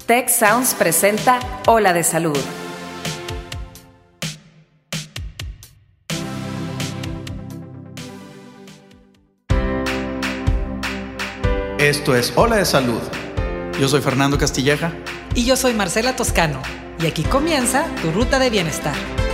Tech Sounds presenta Ola de Salud. Esto es Ola de Salud. Yo soy Fernando Castilleja. Y yo soy Marcela Toscano. Y aquí comienza tu ruta de bienestar.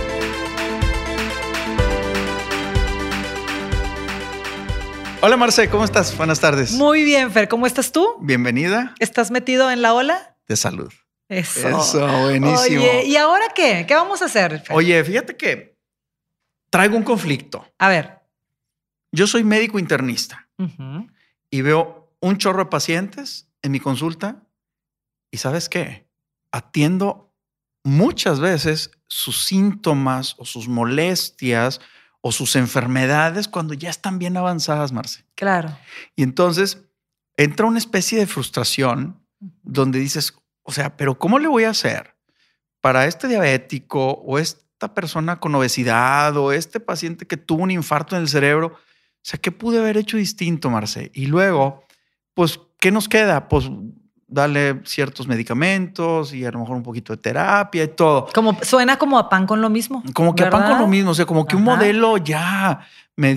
Hola Marce, ¿cómo estás? Buenas tardes. Muy bien, Fer. ¿Cómo estás tú? Bienvenida. ¿Estás metido en la ola? De salud. Eso, buenísimo. Oye, ¿y ahora qué? ¿Qué vamos a hacer, Fer? Oye, fíjate que traigo un conflicto. A ver. Yo soy médico internista Uh-huh. y veo un chorro de pacientes en mi consulta y ¿sabes qué? Atiendo muchas veces sus síntomas o sus molestias o sus enfermedades cuando ya están bien avanzadas, Marce. Claro. Y entonces entra una especie de frustración donde dices, o sea, pero ¿cómo le voy a hacer para este diabético o esta persona con obesidad o este paciente que tuvo un infarto en el cerebro? O sea, ¿qué pude haber hecho distinto, Marce? Y luego, pues, ¿qué nos queda? Pues darle ciertos medicamentos y a lo mejor un poquito de terapia y todo. Suena como a pan con lo mismo. Como que ¿verdad? a pan con lo mismo, o sea, como que un modelo ya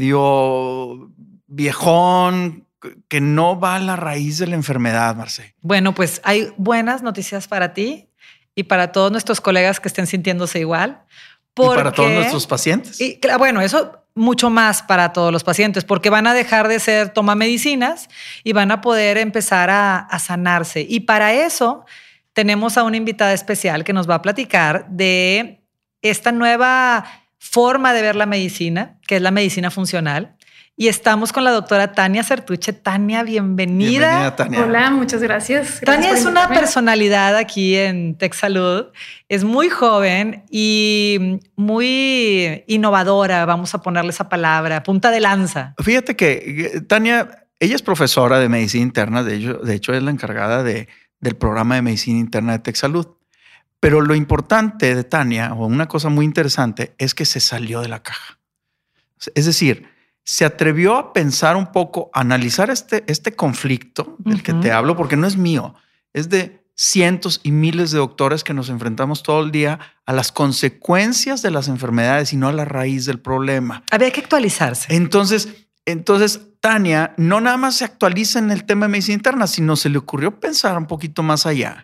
medio viejón, que no va a la raíz de la enfermedad, Marce. Bueno, pues hay buenas noticias para ti y para todos nuestros colegas que estén sintiéndose igual. Y para todos nuestros pacientes. Y bueno, eso mucho más para todos los pacientes, porque van a dejar de ser toma medicinas y van a poder empezar a sanarse. Y para eso tenemos a una invitada especial que nos va a platicar de esta nueva forma de ver la medicina, que es la medicina funcional. Y estamos con la doctora Tania Sertuche. Tania, bienvenida. Bienvenida, Tania. Hola, muchas gracias. Tania es una personalidad aquí en Tech Salud. Es muy joven y muy innovadora, vamos a ponerle esa palabra, punta de lanza. Fíjate que Tania, ella es profesora de medicina interna, de hecho es la encargada del programa de medicina interna de Tech Salud. Pero lo importante de Tania, o una cosa muy interesante, es que se salió de la caja. Es decir, se atrevió a pensar un poco, a analizar este conflicto del que te hablo, porque no es mío, es de cientos y miles de doctores que nos enfrentamos todo el día a las consecuencias de las enfermedades y no a la raíz del problema. Había que actualizarse. Entonces, Tania no nada más se actualiza en el tema de medicina interna, sino se le ocurrió pensar un poquito más allá.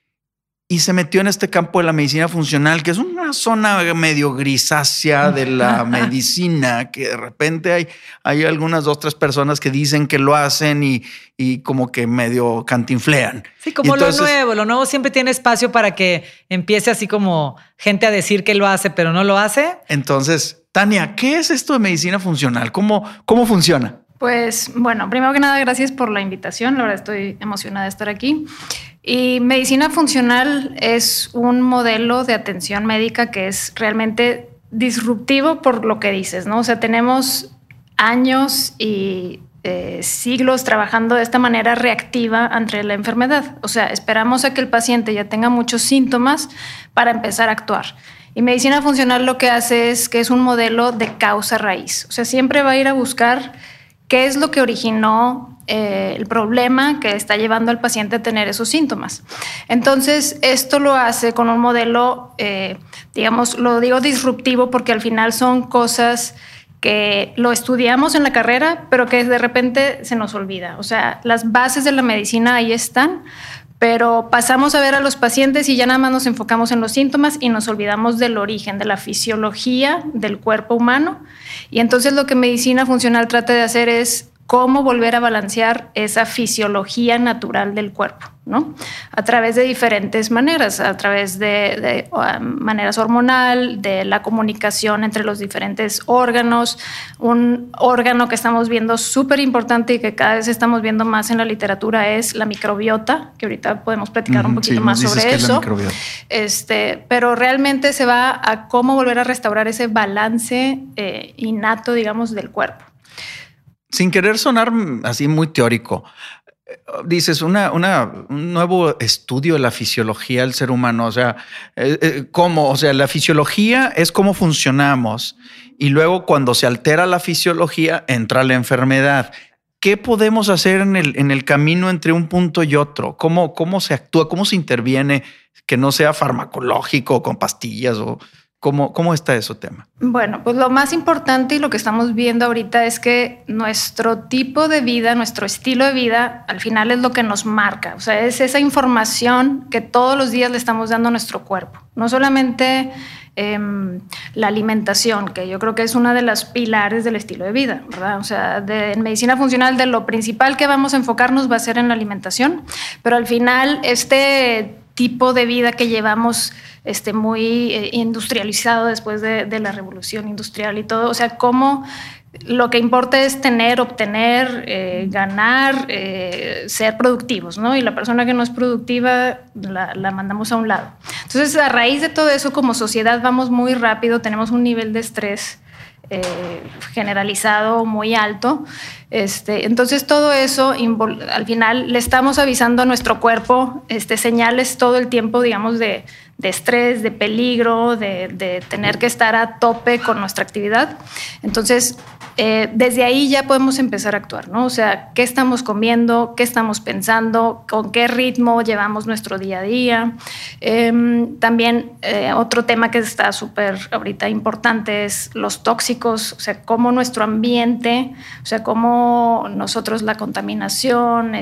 Y se metió en este campo de la medicina funcional, que es una zona medio grisácea de la medicina, que de repente hay algunas 2, 3 personas que dicen que lo hacen y como que medio cantinflean. Sí, como entonces, lo nuevo siempre tiene espacio para que empiece así como gente a decir que lo hace, pero no lo hace. Entonces, Tania, ¿qué es esto de medicina funcional? ¿Cómo funciona? Pues bueno, primero que nada, gracias por la invitación. La verdad estoy emocionada de estar aquí. Y medicina funcional es un modelo de atención médica que es realmente disruptivo por lo que dices, ¿no? O sea, tenemos años y siglos trabajando de esta manera reactiva ante la enfermedad. O sea, esperamos a que el paciente ya tenga muchos síntomas para empezar a actuar. Y medicina funcional lo que hace es que es un modelo de causa raíz. O sea, siempre va a ir a buscar qué es lo que originó el problema que está llevando al paciente a tener esos síntomas. Entonces, esto lo hace con un modelo, digamos, lo digo disruptivo porque al final son cosas que lo estudiamos en la carrera, pero que de repente se nos olvida. O sea, las bases de la medicina ahí están, pero pasamos a ver a los pacientes y ya nada más nos enfocamos en los síntomas y nos olvidamos del origen, de la fisiología del cuerpo humano. Y entonces lo que medicina funcional trata de hacer es cómo volver a balancear esa fisiología natural del cuerpo, ¿no? A través de diferentes maneras, a través de maneras hormonal, de la comunicación entre los diferentes órganos. Un órgano que estamos viendo súper importante y que cada vez estamos viendo más en la literatura es la microbiota, que ahorita podemos platicar un poquito más sobre eso. Pero realmente se va a cómo volver a restaurar ese balance innato, digamos, del cuerpo. Sin querer sonar así muy teórico, dices un nuevo estudio de la fisiología del ser humano. O sea, ¿cómo? O sea, la fisiología es cómo funcionamos y luego cuando se altera la fisiología entra la enfermedad. ¿qué podemos hacer en el camino entre un punto y otro? ¿Cómo se actúa? ¿Cómo se interviene? Que no sea farmacológico, con pastillas o... ¿Cómo está ese tema? Bueno, pues lo más importante y lo que estamos viendo ahorita es que nuestro tipo de vida, nuestro estilo de vida, al final es lo que nos marca. O sea, es esa información que todos los días le estamos dando a nuestro cuerpo. No solamente la alimentación, que yo creo que es una de las pilares del estilo de vida, ¿verdad? O sea, en medicina funcional, de lo principal que vamos a enfocarnos va a ser en la alimentación, pero al final este tipo de vida que llevamos muy industrializado después de la revolución industrial y todo, o sea, cómo lo que importa es obtener, ganar, ser productivos, ¿no? Y la persona que no es productiva la mandamos a un lado. Entonces, a raíz de todo eso, como sociedad vamos muy rápido, tenemos un nivel de estrés generalizado muy alto. Entonces todo eso al final le estamos avisando a nuestro cuerpo señales todo el tiempo, digamos, de estrés, de peligro, de tener que estar a tope con nuestra actividad. Entonces desde ahí ya podemos empezar a actuar, ¿no? O sea, ¿qué estamos comiendo? ¿Qué estamos pensando? ¿Con qué ritmo llevamos nuestro día a día? También otro tema que está súper ahorita importante es los tóxicos, o sea, cómo nuestro ambiente, o sea, cómo nosotros la contaminación,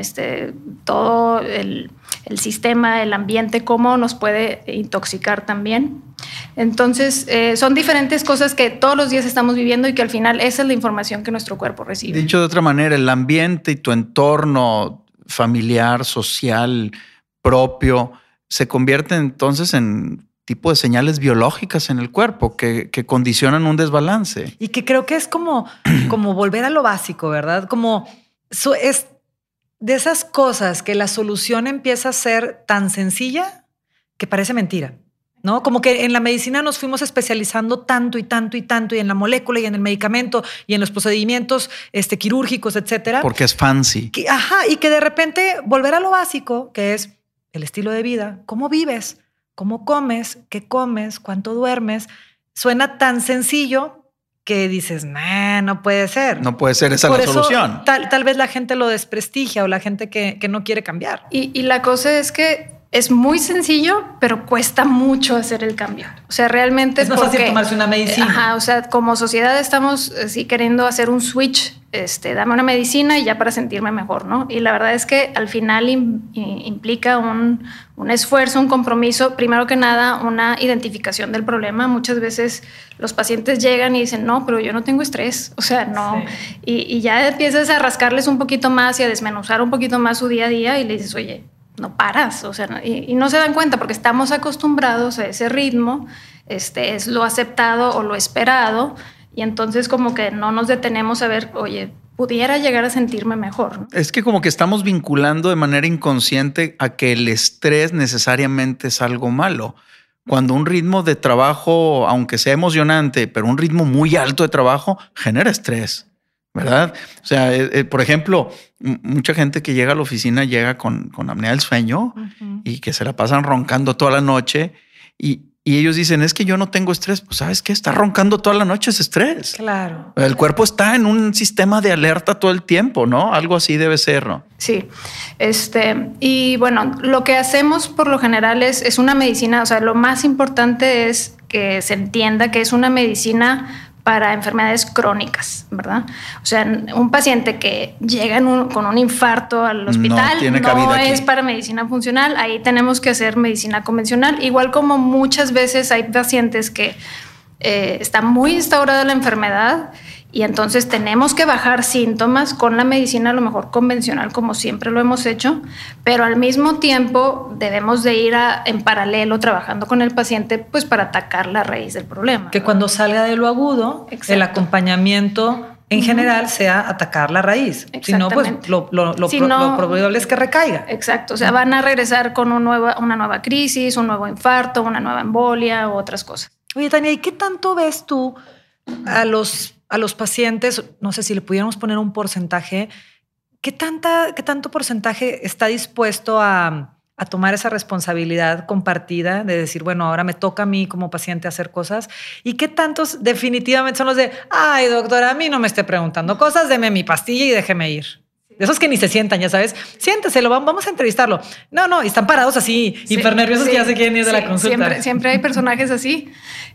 todo el sistema, el ambiente, cómo nos puede intoxicar también. Entonces, son diferentes cosas que todos los días estamos viviendo y que al final esa es la información que nuestro cuerpo recibe. Dicho de otra manera, el ambiente y tu entorno familiar, social, propio, se convierten entonces en tipo de señales biológicas en el cuerpo que condicionan un desbalance. Y que creo que es como volver a lo básico, ¿verdad? Como es de esas cosas que la solución empieza a ser tan sencilla que parece mentira, ¿no? Como que en la medicina nos fuimos especializando tanto y tanto y tanto, y en la molécula y en el medicamento y en los procedimientos quirúrgicos, etcétera. Porque es fancy. Y que de repente volver a lo básico, que es el estilo de vida, cómo vives, cómo comes, qué comes, cuánto duermes, suena tan sencillo que dices, no puede ser. No puede ser esa la solución. Tal vez la gente lo desprestigia o la gente que no quiere cambiar. Y la cosa es que es muy sencillo, pero cuesta mucho hacer el cambio. O sea, realmente es más fácil tomarse una medicina. O sea, como sociedad estamos queriendo hacer un switch, dame una medicina y ya para sentirme mejor, ¿no? Y la verdad es que al final implica un esfuerzo, un compromiso, primero que nada, una identificación del problema. Muchas veces los pacientes llegan y dicen, no, pero yo no tengo estrés, o sea, no. Sí. Y ya empiezas a rascarles un poquito más y a desmenuzar un poquito más su día a día y le dices, oye, no paras, o sea, y no se dan cuenta porque estamos acostumbrados a ese ritmo, es lo aceptado o lo esperado, y entonces como que no nos detenemos a ver, oye, pudiera llegar a sentirme mejor, ¿no? Es que como que estamos vinculando de manera inconsciente a que el estrés necesariamente es algo malo. Cuando un ritmo de trabajo, aunque sea emocionante, pero un ritmo muy alto de trabajo, genera estrés, ¿verdad? O sea, por ejemplo, mucha gente que llega a la oficina llega con apnea del sueño y que se la pasan roncando toda la noche y ellos dicen, es que yo no tengo estrés. Pues ¿sabes qué? Estar roncando toda la noche es estrés. Claro. El cuerpo está en un sistema de alerta todo el tiempo, ¿no? Algo así debe ser, ¿no? Sí. Y bueno, lo que hacemos por lo general es una medicina, o sea, lo más importante es que se entienda que es una medicina para enfermedades crónicas, ¿verdad? O sea, un paciente que llega con un infarto al hospital no es para medicina funcional, ahí tenemos que hacer medicina convencional, igual como muchas veces hay pacientes que está muy instaurada la enfermedad y entonces tenemos que bajar síntomas con la medicina a lo mejor convencional como siempre lo hemos hecho, pero al mismo tiempo debemos de ir en paralelo trabajando con el paciente pues para atacar la raíz del problema. Que cuando salga de lo agudo, exacto, el acompañamiento en general sea atacar la raíz. Si no, pues lo probable es que recaiga. Exacto, o sea, van a regresar con una nueva crisis, un nuevo infarto, una nueva embolia u otras cosas. Oye, Tania, ¿y qué tanto ves tú a los pacientes? No sé si le pudiéramos poner un porcentaje. ¿Qué tanto porcentaje está dispuesto a tomar esa responsabilidad compartida de decir, bueno, ahora me toca a mí como paciente hacer cosas? ¿Y qué tantos definitivamente son los de, ay, doctora, a mí no me esté preguntando cosas, deme mi pastilla y déjeme ir? de esos que ni se sientan, ya sabes, siéntese, vamos a entrevistarlo. No, y están parados así, hiper nerviosos que ya se quieren ir de la consulta. Siempre hay personajes así.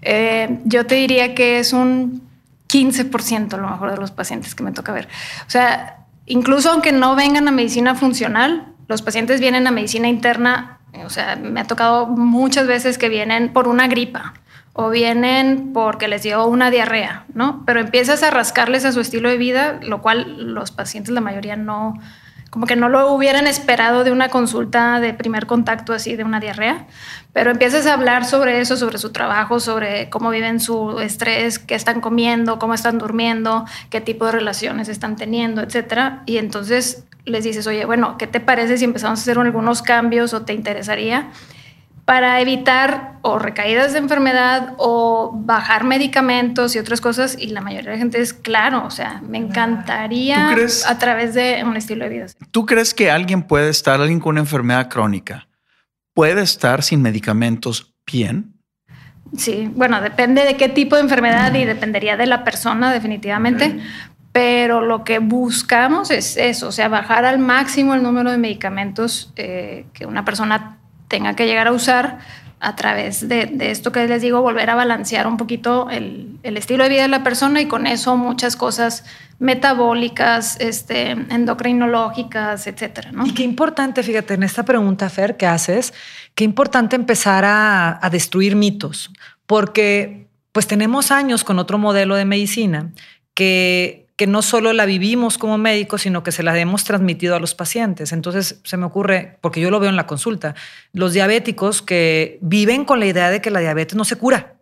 Yo te diría que es un 15% a lo mejor de los pacientes que me toca ver. O sea, incluso aunque no vengan a medicina funcional, los pacientes vienen a medicina interna. O sea, me ha tocado muchas veces que vienen por una gripa o vienen porque les dio una diarrea, ¿no? Pero empiezas a rascarles a su estilo de vida, lo cual los pacientes, la mayoría no, como que no lo hubieran esperado de una consulta de primer contacto así de una diarrea, pero empiezas a hablar sobre eso, sobre su trabajo, sobre cómo viven su estrés, qué están comiendo, cómo están durmiendo, qué tipo de relaciones están teniendo, etcétera. Y entonces les dices, oye, bueno, ¿qué te parece si empezamos a hacer algunos cambios o te interesaría para evitar o recaídas de enfermedad o bajar medicamentos y otras cosas? Y la mayoría de la gente es claro, o sea, me encantaría a través de un estilo de vida. ¿Tú crees que alguien con una enfermedad crónica puede estar sin medicamentos bien? Sí, bueno, depende de qué tipo de enfermedad y dependería de la persona definitivamente. Pero lo que buscamos es eso, o sea, bajar al máximo el número de medicamentos que una persona tenga que llegar a usar a través de esto que les digo, volver a balancear un poquito el estilo de vida de la persona y con eso muchas cosas metabólicas, endocrinológicas, etcétera, ¿no? Y qué importante, fíjate, en esta pregunta, Fer, que haces, qué importante empezar a destruir mitos, porque pues tenemos años con otro modelo de medicina que no solo la vivimos como médicos, sino que se la hemos transmitido a los pacientes. Entonces se me ocurre, porque yo lo veo en la consulta, los diabéticos que viven con la idea de que la diabetes no se cura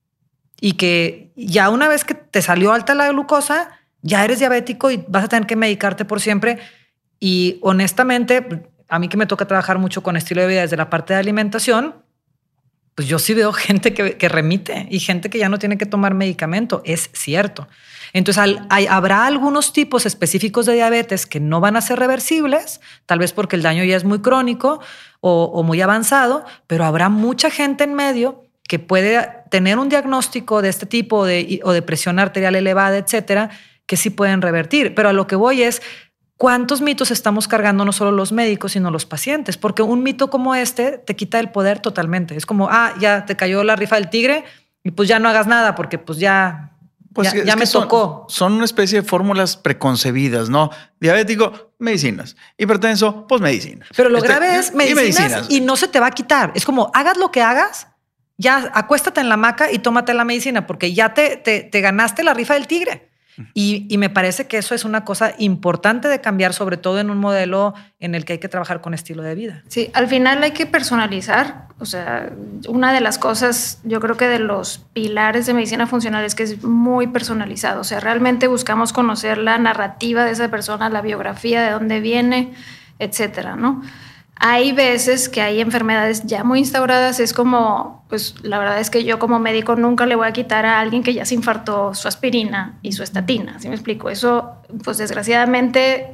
y que ya una vez que te salió alta la glucosa, ya eres diabético y vas a tener que medicarte por siempre. Y honestamente, a mí que me toca trabajar mucho con estilo de vida desde la parte de alimentación, pues yo sí veo gente que remite y gente que ya no tiene que tomar medicamento. Es cierto. Entonces, habrá algunos tipos específicos de diabetes que no van a ser reversibles, tal vez porque el daño ya es muy crónico o muy avanzado, pero habrá mucha gente en medio que puede tener un diagnóstico de este tipo o de presión arterial elevada, etcétera, que sí pueden revertir. Pero a lo que voy es, ¿cuántos mitos estamos cargando no solo los médicos, sino los pacientes? Porque un mito como este te quita el poder totalmente. Es como, ya te cayó la rifa del tigre y pues ya no hagas nada porque pues ya me tocó. Son una especie de fórmulas preconcebidas, ¿no? Diabético, medicinas. Hipertenso, pues medicinas. Pero lo grave es medicinas y no se te va a quitar. Es como, hagas lo que hagas, ya acuéstate en la hamaca y tómate la medicina porque ya te ganaste la rifa del tigre. Y me parece que eso es una cosa importante de cambiar, sobre todo en un modelo en el que hay que trabajar con estilo de vida. Sí, al final hay que personalizar. O sea, una de las cosas, yo creo que de los pilares de medicina funcional es que es muy personalizado. O sea, realmente buscamos conocer la narrativa de esa persona, la biografía, de dónde viene, etcétera, ¿no? Hay veces que hay enfermedades ya muy instauradas, es como, pues la verdad es que yo como médico nunca le voy a quitar a alguien que ya se infartó su aspirina y su estatina, ¿sí me explico? Eso, pues desgraciadamente,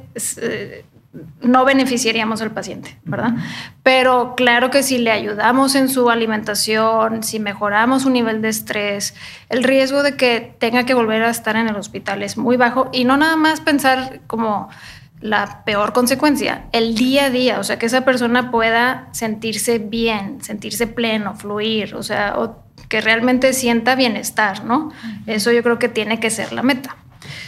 no beneficiaríamos al paciente, ¿verdad? Pero claro que si le ayudamos en su alimentación, si mejoramos su nivel de estrés, el riesgo de que tenga que volver a estar en el hospital es muy bajo y no nada más pensar como la peor consecuencia, el día a día, o sea, que esa persona pueda sentirse bien, sentirse pleno, fluir, o sea, o que realmente sienta bienestar, ¿no? Eso yo creo que tiene que ser la meta.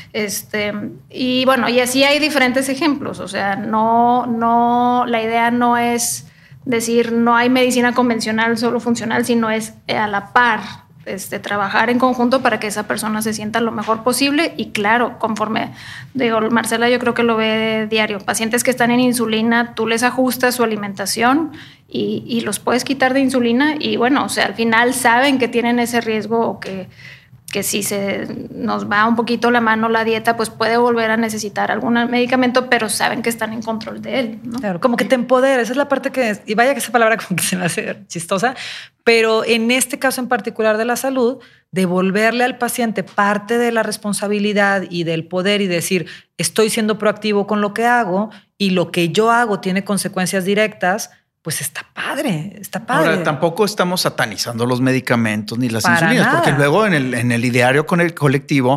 Y bueno, y así hay diferentes ejemplos, o sea, no, la idea no es decir no hay medicina convencional, solo funcional, sino es a la par, trabajar en conjunto para que esa persona se sienta lo mejor posible y claro, conforme, digo, Marcela yo creo que lo ve diario, pacientes que están en insulina, tú les ajustas su alimentación y los puedes quitar de insulina y bueno, o sea, al final saben que tienen ese riesgo o que si se nos va un poquito la mano la dieta, pues puede volver a necesitar algún medicamento, pero saben que están en control de él, ¿no? Claro, como que te empodera, esa es la parte que... Y vaya que esa palabra como que se me hace chistosa, pero en este caso en particular de la salud, devolverle al paciente parte de la responsabilidad y del poder y decir, estoy siendo proactivo con lo que hago y lo que yo hago tiene consecuencias directas, pues está padre, está padre. Ahora, tampoco estamos satanizando los medicamentos ni las Para insulinas, nada. porque luego en el ideario con el colectivo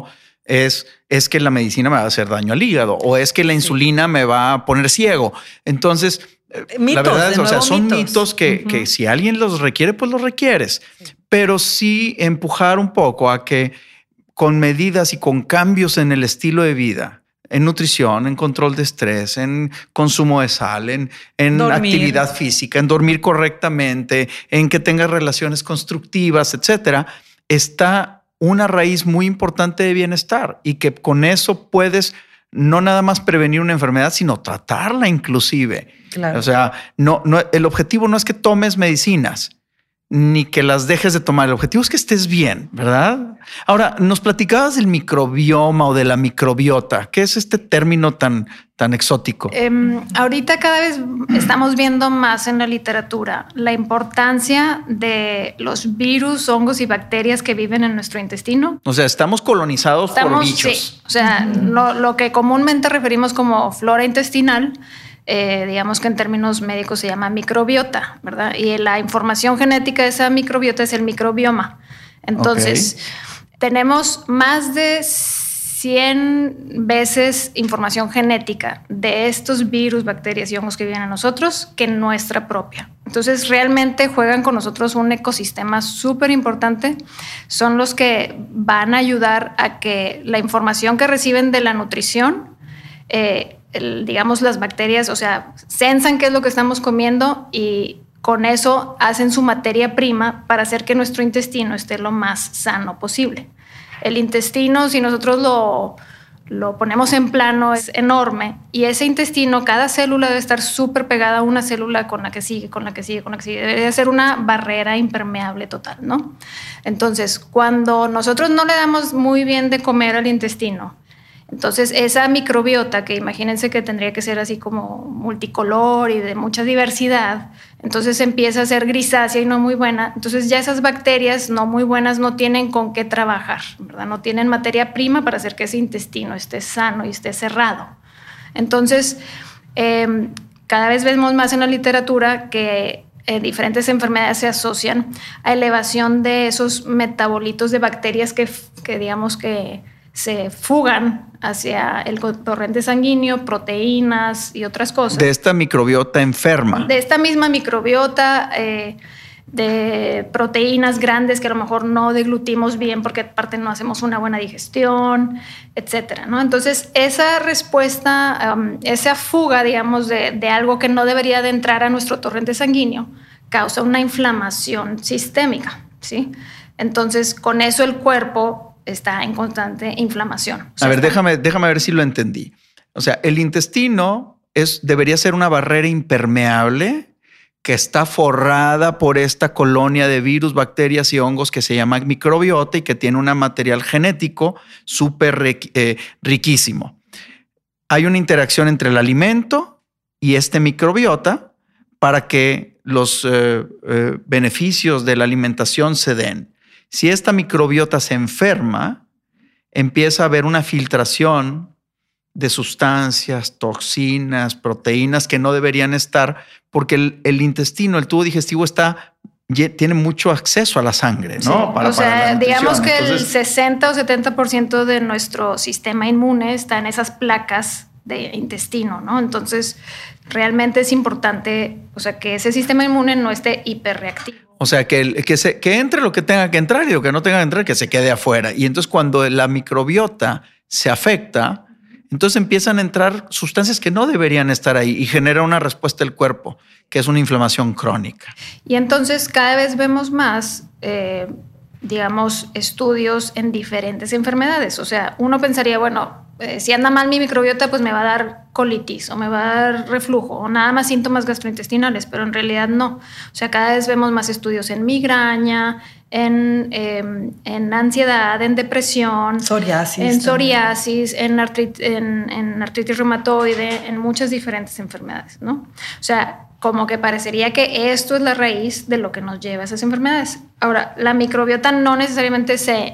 es que la medicina me va a hacer daño al hígado o es que la insulina me va a poner ciego. Entonces, mitos, la verdad es, o sea, son mitos que, uh-huh, que si alguien los requiere, pues los requieres. Sí. Pero sí empujar un poco a que con medidas y con cambios en el estilo de vida, en nutrición, en control de estrés, en consumo de sal, en actividad física, en dormir correctamente, en que tengas relaciones constructivas, etcétera, está una raíz muy importante de bienestar y que con eso puedes no nada más prevenir una enfermedad, sino tratarla inclusive. Claro. O sea, no, el objetivo no es que tomes medicinas ni que las dejes de tomar. El objetivo es que estés bien, ¿verdad? Ahora, nos platicabas del microbioma o de la microbiota. ¿Qué es este término tan exótico? Ahorita cada vez estamos viendo más en la literatura la importancia de los virus, hongos y bacterias que viven en nuestro intestino. O sea, estamos colonizados por bichos. Sí. O sea, lo que comúnmente referimos como flora intestinal, digamos que en términos médicos se llama microbiota, ¿verdad? Y la información genética de esa microbiota es el microbioma. Entonces, tenemos más de 100 veces información genética de estos virus, bacterias y hongos que viven en nosotros que nuestra propia. Entonces, realmente juegan con nosotros un ecosistema súper importante. Son los que van a ayudar a que la información que reciben de la nutrición, digamos, las bacterias, o sea, sensan qué es lo que estamos comiendo y con eso hacen su materia prima para hacer que nuestro intestino esté lo más sano posible. El intestino, si nosotros lo ponemos en plano, es enorme y ese intestino, cada célula debe estar súper pegada a una célula con la que sigue, con la que sigue, con la que sigue. Debería ser una barrera impermeable total, ¿no? Entonces, cuando nosotros no le damos muy bien de comer al intestino, entonces esa microbiota, que imagínense que tendría que ser así como multicolor y de mucha diversidad, entonces empieza a ser grisácea y no muy buena. Entonces ya esas bacterias no muy buenas no tienen con qué trabajar, ¿verdad? No tienen materia prima para hacer que ese intestino esté sano y esté cerrado. Entonces, cada vez vemos más en la literatura que diferentes enfermedades se asocian a elevación de esos metabolitos de bacterias que digamos que se fugan hacia el torrente sanguíneo, proteínas y otras cosas. De esta microbiota enferma. De esta misma microbiota, de proteínas grandes que a lo mejor no deglutimos bien porque aparte no hacemos una buena digestión, etcétera, ¿no? Entonces, esa respuesta, esa fuga, digamos, de algo que no debería de entrar a nuestro torrente sanguíneo, causa una inflamación sistémica, ¿sí? Entonces, con eso el cuerpo está en constante inflamación. O sea, a ver, déjame ver si lo entendí. O sea, el intestino debería ser una barrera impermeable que está forrada por esta colonia de virus, bacterias y hongos que se llama microbiota y que tiene un material genético súper riquísimo. Hay una interacción entre el alimento y este microbiota para que los beneficios de la alimentación se den. Si esta microbiota se enferma, empieza a haber una filtración de sustancias, toxinas, proteínas que no deberían estar porque el intestino, el tubo digestivo tiene mucho acceso a la sangre, ¿no? Sí. O sea, digamos que el 60 o 70% de nuestro sistema inmune está en esas placas de intestino, ¿no? Entonces, realmente es importante, o sea, que ese sistema inmune no esté hiperreactivo. O sea, que entre lo que tenga que entrar y lo que no tenga que entrar, que se quede afuera. Y entonces cuando la microbiota se afecta, entonces empiezan a entrar sustancias que no deberían estar ahí y genera una respuesta del cuerpo, que es una inflamación crónica. Y entonces cada vez vemos más, digamos, estudios en diferentes enfermedades. O sea, uno pensaría, bueno, si anda mal mi microbiota, pues me va a dar colitis o me va a dar reflujo o nada más síntomas gastrointestinales, pero en realidad no. O sea, cada vez vemos más estudios en migraña, en ansiedad, en depresión, psoriasis, en artritis reumatoide, en muchas diferentes enfermedades, ¿no? O sea, como que parecería que esto es la raíz de lo que nos lleva a esas enfermedades. Ahora, la microbiota no necesariamente se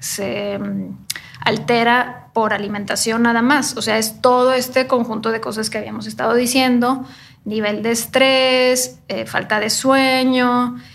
altera por alimentación nada más. O sea, es todo este conjunto de cosas que habíamos estado diciendo: nivel de estrés, falta de sueño,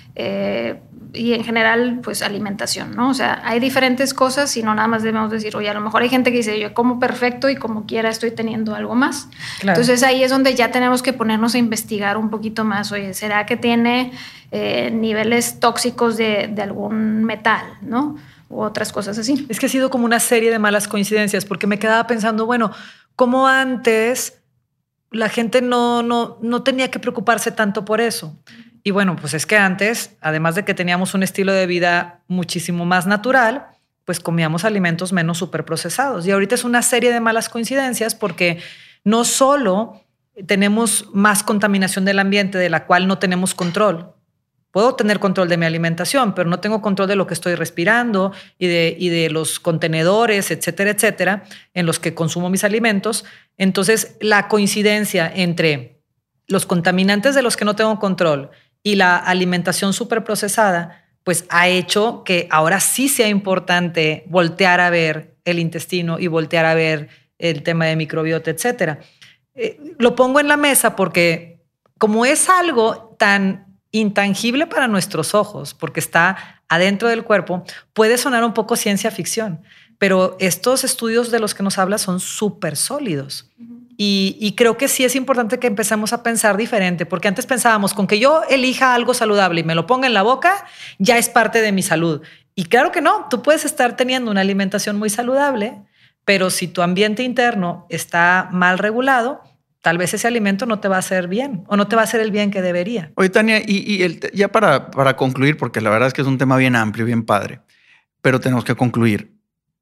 y en general, pues alimentación, ¿no? O sea, hay diferentes cosas y no nada más debemos decir, oye, a lo mejor hay gente que dice, yo como perfecto y como quiera estoy teniendo algo más. Claro. Entonces ahí es donde ya tenemos que ponernos a investigar un poquito más, oye, ¿será que tiene niveles tóxicos de algún metal, ¿no? U otras cosas así. Es que ha sido como una serie de malas coincidencias, porque me quedaba pensando, bueno, como antes la gente no tenía que preocuparse tanto por eso. Y bueno, pues es que antes, además de que teníamos un estilo de vida muchísimo más natural, pues comíamos alimentos menos superprocesados. Y ahorita es una serie de malas coincidencias porque no solo tenemos más contaminación del ambiente de la cual no tenemos control. Puedo tener control de mi alimentación, pero no tengo control de lo que estoy respirando y de los contenedores, etcétera, etcétera, en los que consumo mis alimentos. Entonces, la coincidencia entre los contaminantes de los que no tengo control y la alimentación superprocesada, pues ha hecho que ahora sí sea importante voltear a ver el intestino y voltear a ver el tema de microbiota, etcétera. Lo pongo en la mesa porque como es algo tan intangible para nuestros ojos, porque está adentro del cuerpo, puede sonar un poco ciencia ficción, pero estos estudios de los que nos habla son súper sólidos. Y creo que sí es importante que empecemos a pensar diferente, porque antes pensábamos, con que yo elija algo saludable y me lo ponga en la boca, ya es parte de mi salud. Y claro que no, tú puedes estar teniendo una alimentación muy saludable, pero si tu ambiente interno está mal regulado, tal vez ese alimento no te va a hacer bien o no te va a hacer el bien que debería. Oye, Tania, ya para concluir, porque la verdad es que es un tema bien amplio, bien padre, pero tenemos que concluir.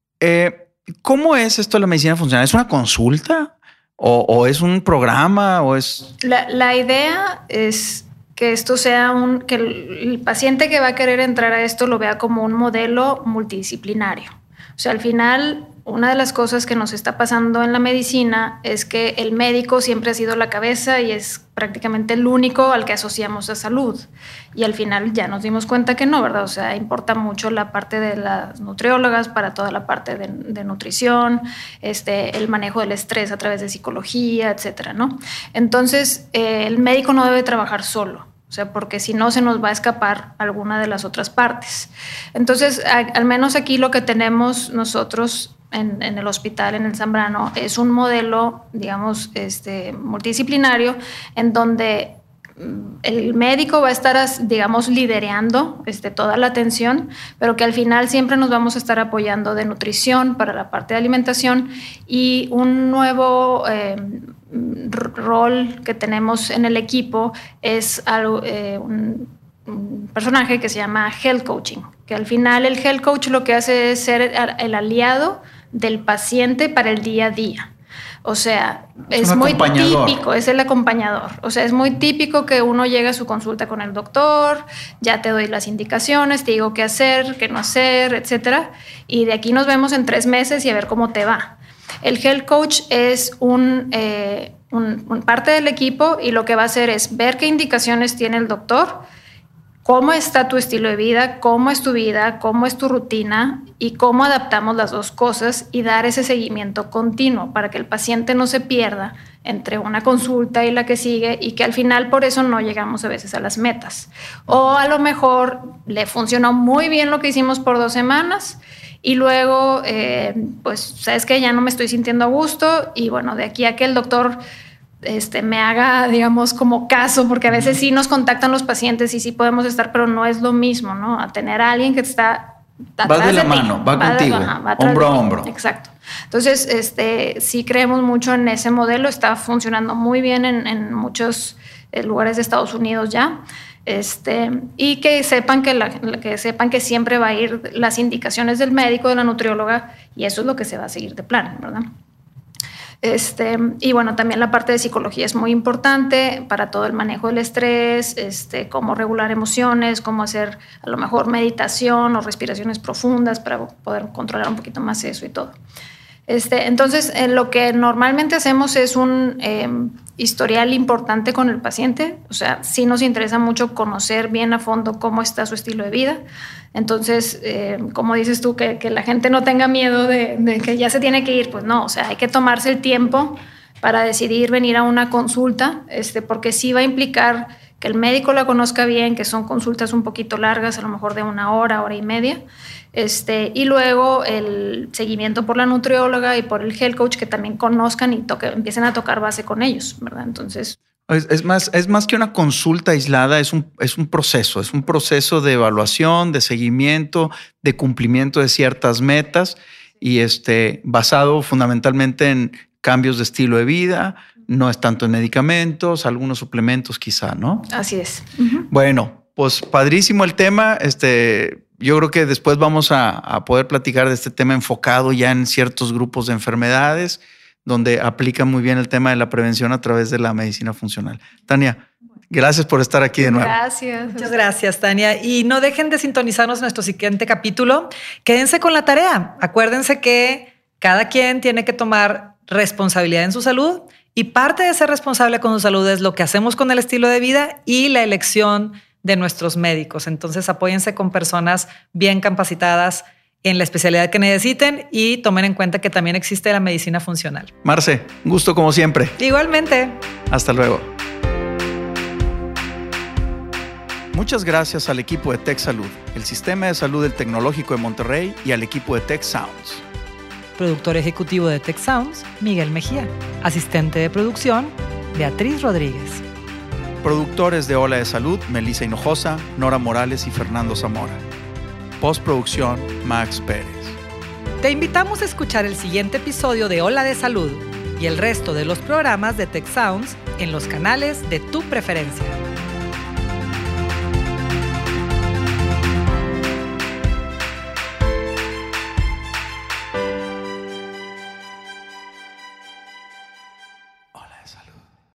¿Cómo es esto de la medicina funcional? ¿Es una consulta o es un programa o es...? La idea es que esto sea que el paciente que va a querer entrar a esto lo vea como un modelo multidisciplinario. O sea, al final, una de las cosas que nos está pasando en la medicina es que el médico siempre ha sido la cabeza y es prácticamente el único al que asociamos a salud. Y al final ya nos dimos cuenta que no, ¿verdad? O sea, importa mucho la parte de las nutriólogas para toda la parte de nutrición, el manejo del estrés a través de psicología, etcétera, ¿no? Entonces, el médico no debe trabajar solo. O sea, porque si no se nos va a escapar alguna de las otras partes. Entonces, al menos aquí lo que tenemos nosotros en el hospital, en el Zambrano, es un modelo, digamos, multidisciplinario, en donde el médico va a estar, digamos, liderando toda la atención, pero que al final siempre nos vamos a estar apoyando de nutrición para la parte de alimentación y un nuevo rol que tenemos en el equipo es un personaje que se llama Health Coaching, que al final el Health Coach lo que hace es ser el aliado del paciente para el día a día. O sea, es muy típico, es el acompañador. O sea, es muy típico que uno llega a su consulta con el doctor, ya te doy las indicaciones, te digo qué hacer, qué no hacer, etcétera. Y de aquí nos vemos en 3 meses y a ver cómo te va. El Health Coach es un parte del equipo y lo que va a hacer es ver qué indicaciones tiene el doctor, cómo está tu estilo de vida, cómo es tu vida, cómo es tu rutina y cómo adaptamos las dos cosas y dar ese seguimiento continuo para que el paciente no se pierda entre una consulta y la que sigue y que al final por eso no llegamos a veces a las metas. O a lo mejor le funcionó muy bien lo que hicimos por 2 semanas y luego, pues, sabes que ya no me estoy sintiendo a gusto y bueno, de aquí a que el doctor me haga, digamos, como caso, porque a veces sí nos contactan los pacientes y sí podemos estar, pero no es lo mismo, ¿no? A tener a alguien que está atrás va de la mano, va contigo, hombro a hombro. Exacto. Entonces, sí creemos mucho en ese modelo, está funcionando muy bien en muchos lugares de Estados Unidos ya. Y que sepan que siempre va a ir las indicaciones del médico, de la nutrióloga, y eso es lo que se va a seguir de plan, ¿verdad? Y bueno, también la parte de psicología es muy importante para todo el manejo del estrés, cómo regular emociones, cómo hacer a lo mejor meditación o respiraciones profundas para poder controlar un poquito más eso y todo. Entonces, lo que normalmente hacemos es un historial importante con el paciente. O sea, sí nos interesa mucho conocer bien a fondo cómo está su estilo de vida. Entonces, como dices tú, que la gente no tenga miedo de que ya se tiene que ir. Pues no, o sea, hay que tomarse el tiempo para decidir venir a una consulta, porque sí va a implicar que el médico la conozca bien, que son consultas un poquito largas, a lo mejor de 1 hora, hora y media, y luego el seguimiento por la nutrióloga y por el health coach, que también conozcan y empiecen a tocar base con ellos, ¿verdad? Entonces... Es más que una consulta aislada, es un proceso de evaluación, de seguimiento, de cumplimiento de ciertas metas y basado fundamentalmente en cambios de estilo de vida, no es tanto en medicamentos, algunos suplementos quizá, ¿no? Así es. Bueno, pues padrísimo el tema. Yo creo que después vamos a poder platicar de este tema enfocado ya en ciertos grupos de enfermedades, donde aplica muy bien el tema de la prevención a través de la medicina funcional. Tania, gracias por estar aquí de nuevo. Gracias. Muchas gracias, Tania. Y no dejen de sintonizarnos en nuestro siguiente capítulo. Quédense con la tarea. Acuérdense que cada quien tiene que tomar responsabilidad en su salud y parte de ser responsable con su salud es lo que hacemos con el estilo de vida y la elección de nuestros médicos. Entonces, apóyense con personas bien capacitadas en la especialidad que necesiten y tomen en cuenta que también existe la medicina funcional. Marce, un gusto como siempre. Igualmente. Hasta luego. Muchas gracias al equipo de Tech Salud, el Sistema de Salud del Tecnológico de Monterrey y al equipo de Tech Sounds. Productor ejecutivo de Tech Sounds, Miguel Mejía. Asistente de producción, Beatriz Rodríguez. Productores de Ola de Salud, Melissa Hinojosa, Nora Morales y Fernando Zamora. Postproducción, Max Pérez. Te invitamos a escuchar el siguiente episodio de Ola de Salud y el resto de los programas de Tech Sounds en los canales de tu preferencia.